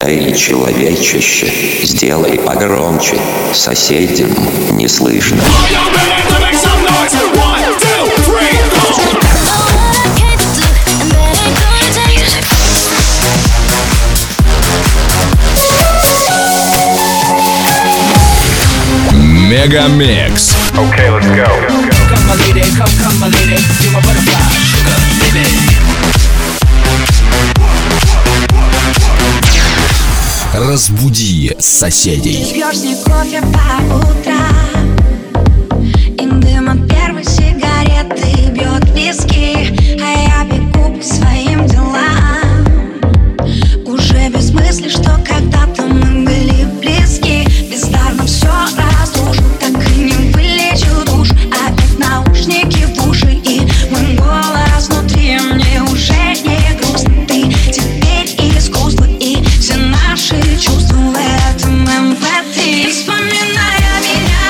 Эй, человечище, сделай погромче, соседям не слышно. Мегамикс. Okay, let's go. Come my lady, come my lady, you're my butterfly, sugar, baby. Разбуди соседей. Ты пьешь не кофе по утрам, и дым от первой сигареты бьет виски, а я бегу по своим делам, уже без мысли, что когда-то мы были близки. Бездарно все разрушил, так и не вылечил душ. Опять наушники в уши, и мой голос внутри. Мне уже не грустно, ты теперь искусство, и все наши чувства в этом эмпатии. Вспоминая меня,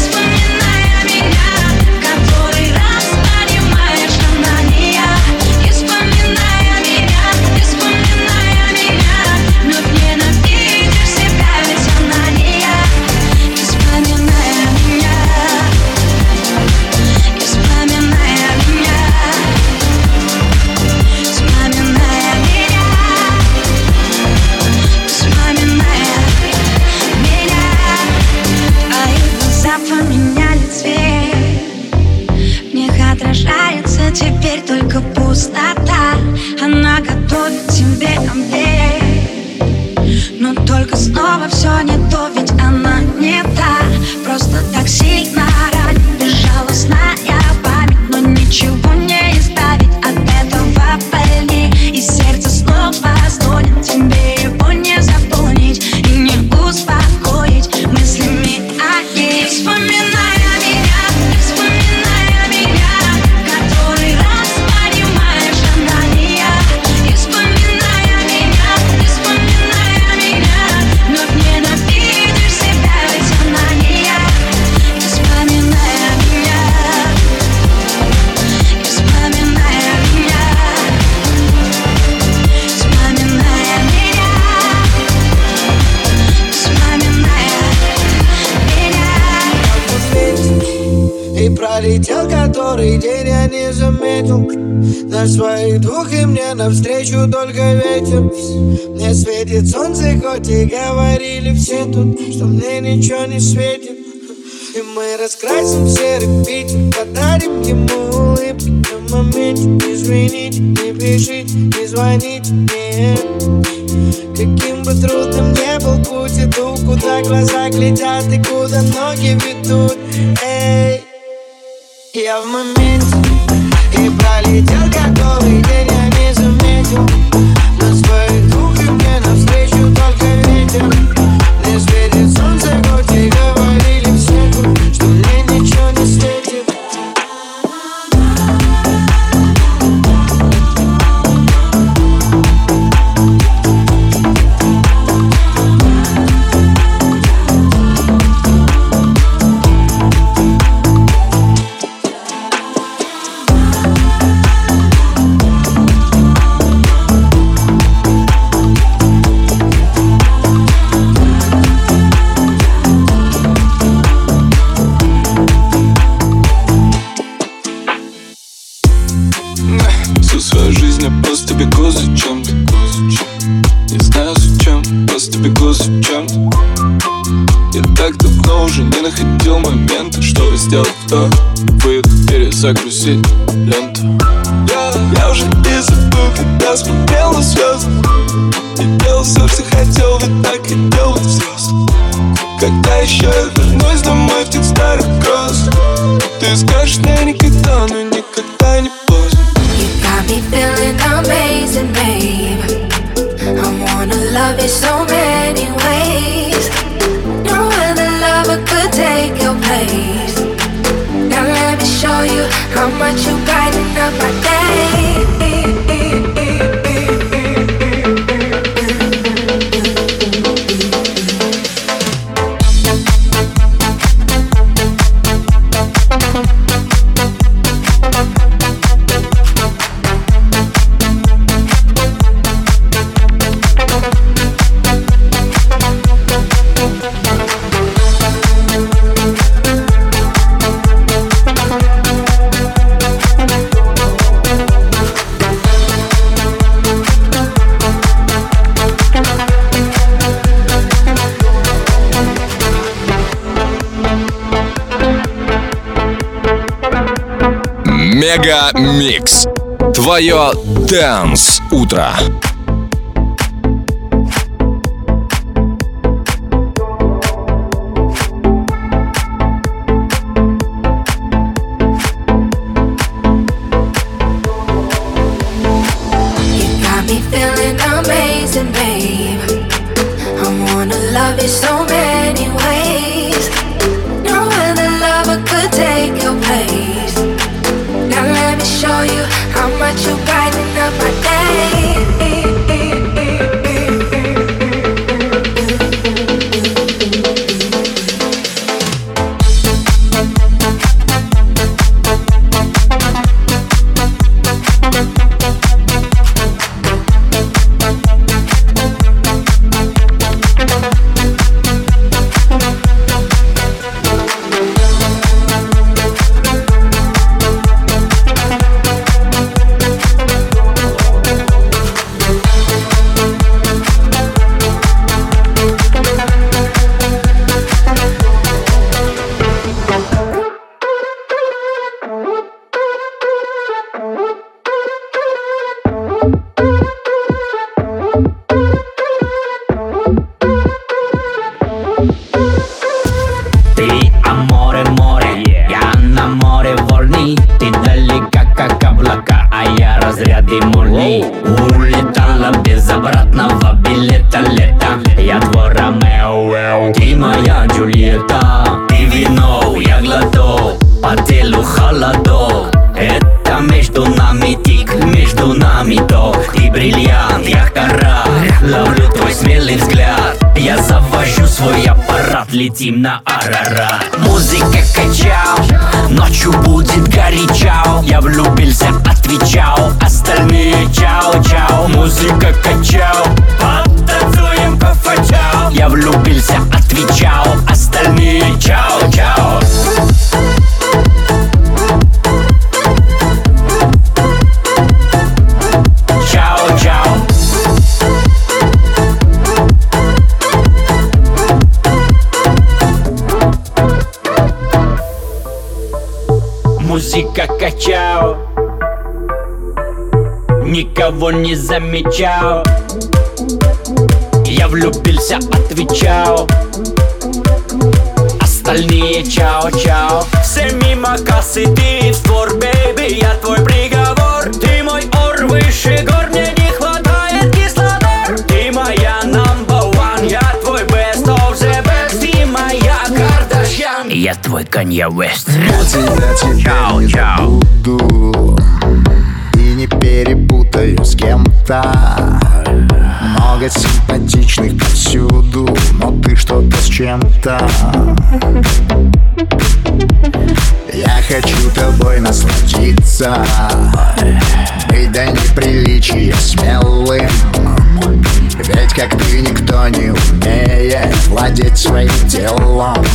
который раз понимаешь, она не я. И вспоминая меня, вновь ненавидишь себя, ведь она не я. И вспоминая меня, а их глаза поменяли цвет. В них отражается теперь только пустота. Она готовит тебе омлет, но только снова все не то, ведь она не та. Просто так сильно ранит безжалостная память, но ничего не исправить от этого больней. И сердце снова стонет, тебе его не заполнить и не успокоить мыслями о ней. Вспоминая меня, который раз понимаешь, она не я. И вспоминая меня, вновь ненавидишь себя, ведь она не я. И вспоминая меня, И пролетел который день, я не заметил. На своих двух и мне навстречу только ветер. Мне светит солнце, хоть и говорили все тут, что мне ничего не светит. И мы раскрасим серый Питер, подарим ему улыбки на моменте. Не звоните, не пишите, не звоните, нет. Каким бы трудным не был путь, иду, куда глаза глядят и куда ноги ведут. Эй, я в моменте, и пролетел который день, я не заметил. На своих двух и мне навстречу только ветер. Мне светит солнце, хоть и говорили все тут, что мне ничего не светит. Всю свою жизнь я просто бегу за чем-то. Не знаю зачем, просто бегу за чем-то. Я так давно уже не находил момента, чтобы сделать вдох, выдох, перезагрузить ленту. Я уже и забыл, когда смотрел на звезды, и делал все, что хотел, ведь так и делать взрослый. Когда еще я вернусь домой в тех старых грозах, ты скажешь мне никогда, но никогда не поздно. Got me feeling amazing, babe. I wanna love you so many ways. No other lover could take your place. Now let me show you how much you brighten up my day. Мега Микс. Твое Dance утро. Feeling amazing, babe. I wanna love you so many ways. No other lover could take your place. Now let me show you how much you brighten up my day. Улетала без обратного билета лето. Я твой Ромео, ты моя Джульетта. Ты вино, я глоток, по телу холодок. Это между нами тик, между нами ток. Ты бриллиант, я коралл, ловлю твой смелый взгляд. Я завожу свой аппарат, летим на Арарат. Музыка качал, ночью будет горячо. Я влюбился, отвечал, остальные чао-чао. Музыка качал, потанцуем по-фачау. Я влюбился, отвечал, остальные чао-чао. Музыка качал, никого не замечал. Я влюбился, отвечал, остальные чао-чао. Все мимо кассы, ты в спор, бэйби, я твой приговор. Ты мой ор выше гор, мне не хватает кислород. Ты моя number one, я твой best of the best. Ты моя Кардашьян, я твой Канье Уэст. Я тебя не забуду и не перепутаю с кем-то. Много симпатичных повсюду, но ты что-то с чем-то. Я хочу тобой насладиться, быть до неприличия смелым. Ведь как ты никто не умеет владеть своим телом.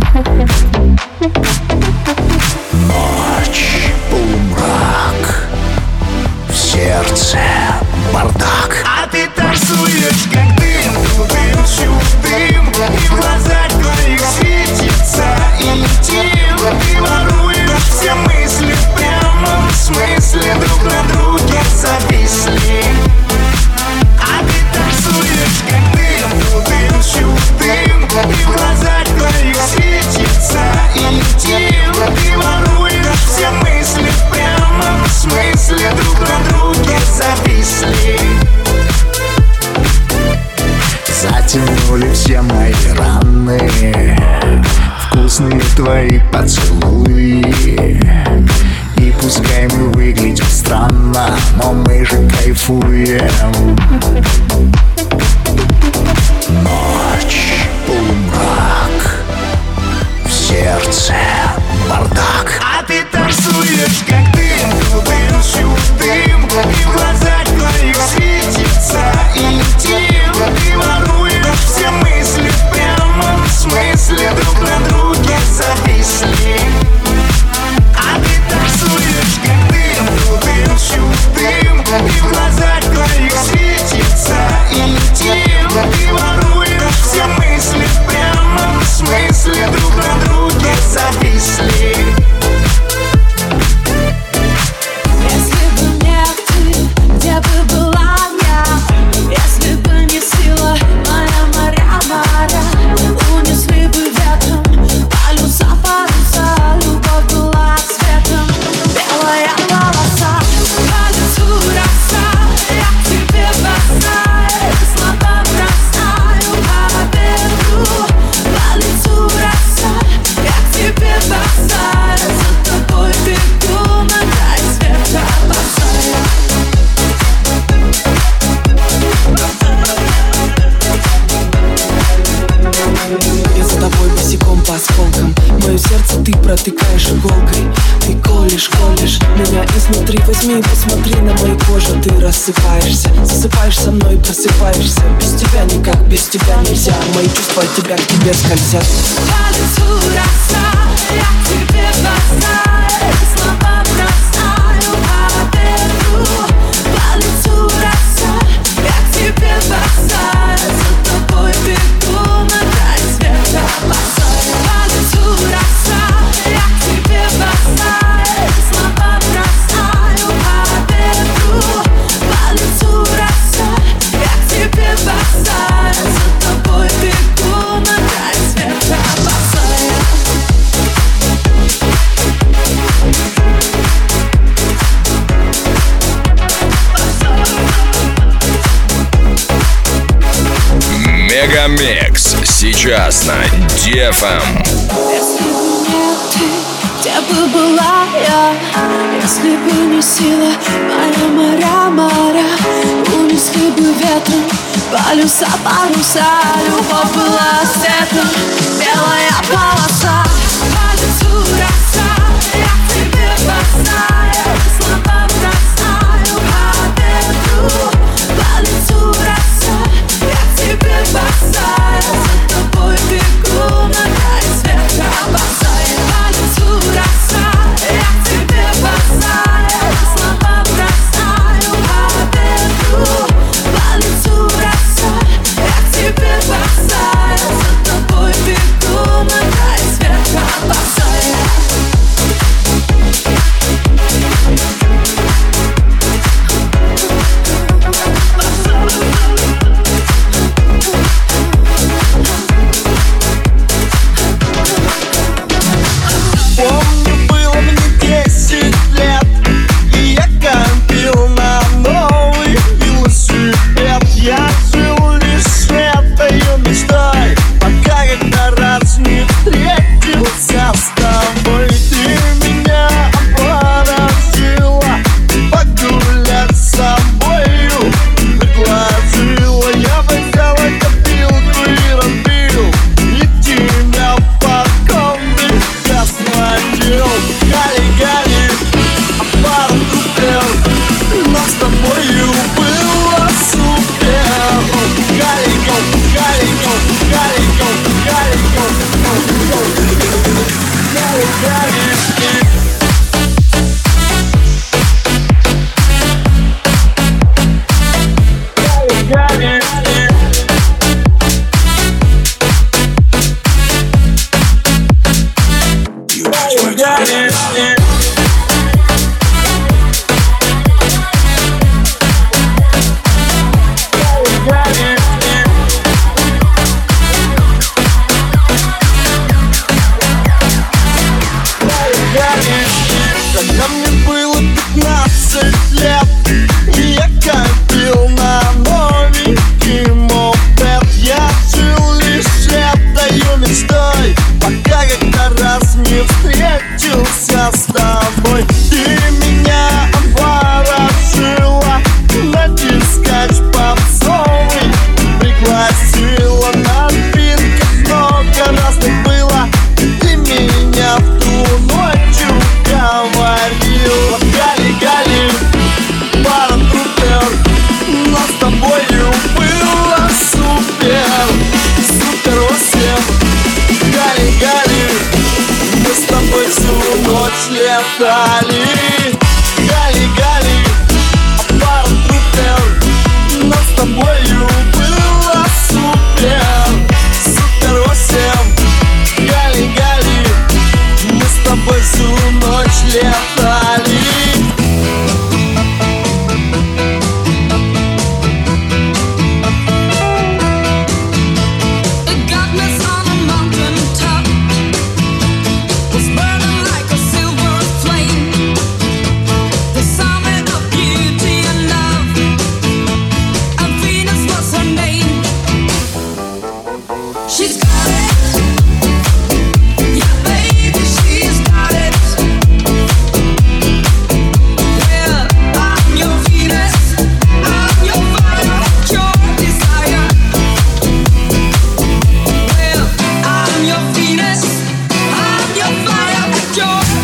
Ночь, полумрак, в сердце бардак. А ты танцуешь, как дым, дым, и в глазах твоих светится интим. Ты воруешь все мысли в прямом смысле, друг на друге зависли. А ты танцуешь, как дым, и в глазах твоих светится интим. Ты воруешь все мысли в прямом смысле, друг на друге зависли. Затянули все мои раны, вкусные твои поцелуи. И пускай мы выглядим странно, но мы же кайфуем. Ночь, полумрак, в сердце бардак. А ты танцуешь, как дым, и в глазах твоих светится интим. Ты воруешь все мысли в прямом смысле, друг на друге зависли. А ты танцуешь, как дым, и в глазах твоих светится интим. колешь иголкой. Ты колешь, колешь меня изнутри. Возьми и посмотри на мою кожу. Ты рассыпаешься, засыпаешь со мной, просыпаешься. Без тебя никак, без тебя нельзя. Мои чувства от тебя к тебе скользят. По лицу роса, я к тебе бросаю, слова бросаю по ветру. По лицу роса, я к тебе бросаю, за тобой бегу, на край света бросаю. По лицу роса, я к тебе бросаю, слова бросаю по ветру. По лицу роса, я к тебе бросаю, за тобой бегу, на край света бросаю. Мегамикс сейчас на DFM. Если бы не ты, где бы была я? Если бы не сила моя моря, унесли бы ветром полюса, паруса. Любовь была светом, белая полоса. По лицу роса, я к тебе бросаю, слова бросаю по ветру. По лицу роса, я к тебе бросаю, за тобой бегу, на край света бросаю. По лицу роса, я к тебе бросаю, слова бросаю по ветру. По лицу роса, я к тебе бросаю, за тобой бегу, на край света бросаю. Помню, было мне 10 лет, и я копил на новый велосипед. Я жил лишь этой мечтой, пока как-то раз не встретился с тобой. Ты меня обворожила, погулять с собою предложила. Я взял копилку и разбил, и тебя по комнате осмотрел. Гали-гали, аппарат купил, но с тобою было супер. Гали-гали, гали-гали, гали-гали, гали-гали, гали-гали. Когда мне было 15 лет, и я копил на новенький мопед. Я жил лишь этой мечтой, пока как-то раз не встретился с тобой. Ты меня обворожила, на дискач попсовый пригласила. На пинках много разных было, ты меня в ту ночь уговорила. Гали-гали, пара трупер, но с тобою было супер. Супер 8, гали-гали, мы с тобой всю ночь летали. Гали-гали, пара трупер, но с тобою было супер. Супер 8, гали-гали, мы с тобой всю ночь летали. The godness on a mountain top was burning like a silver flame. The summit of beauty and love, and Venus was her name. She's got it, yeah baby, she's got it. Well, I'm your Venus, I'm your fire, your desire. Well, I'm your Venus, I'm your fire, your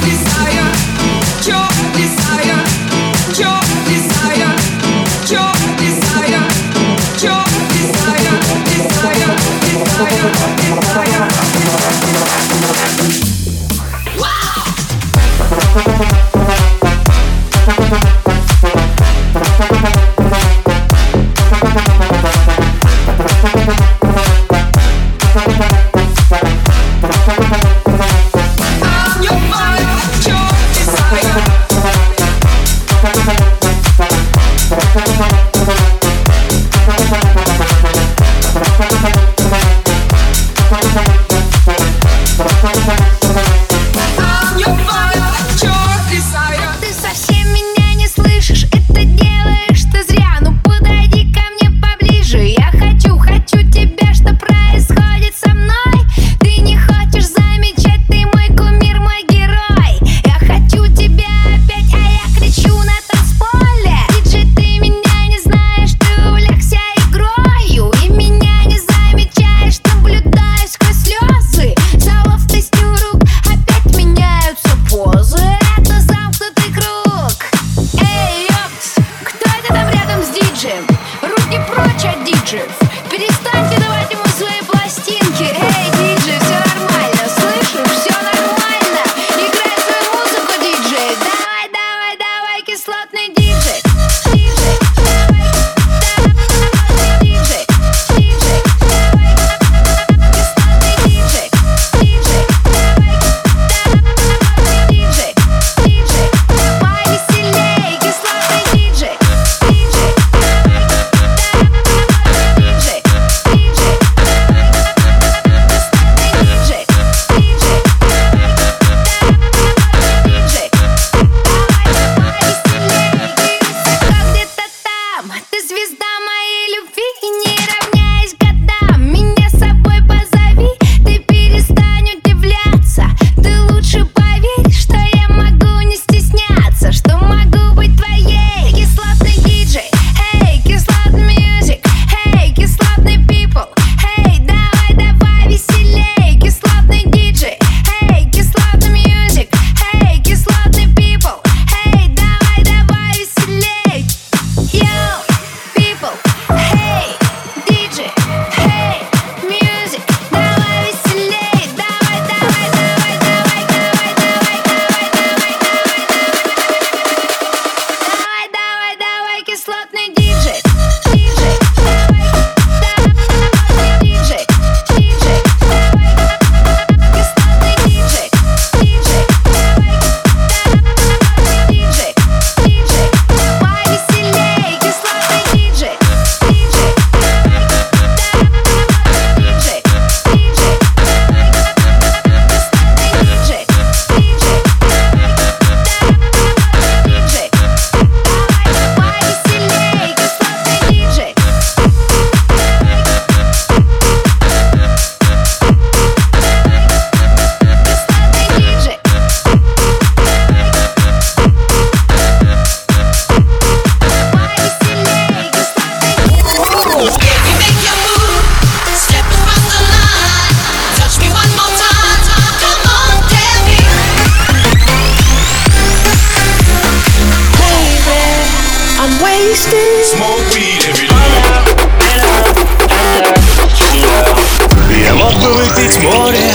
Я мог бы выпить море,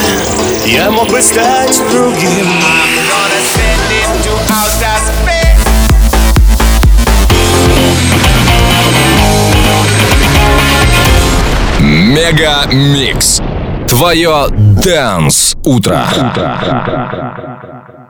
я мог бы стать другим. Мега Микс. Твое Dance утро.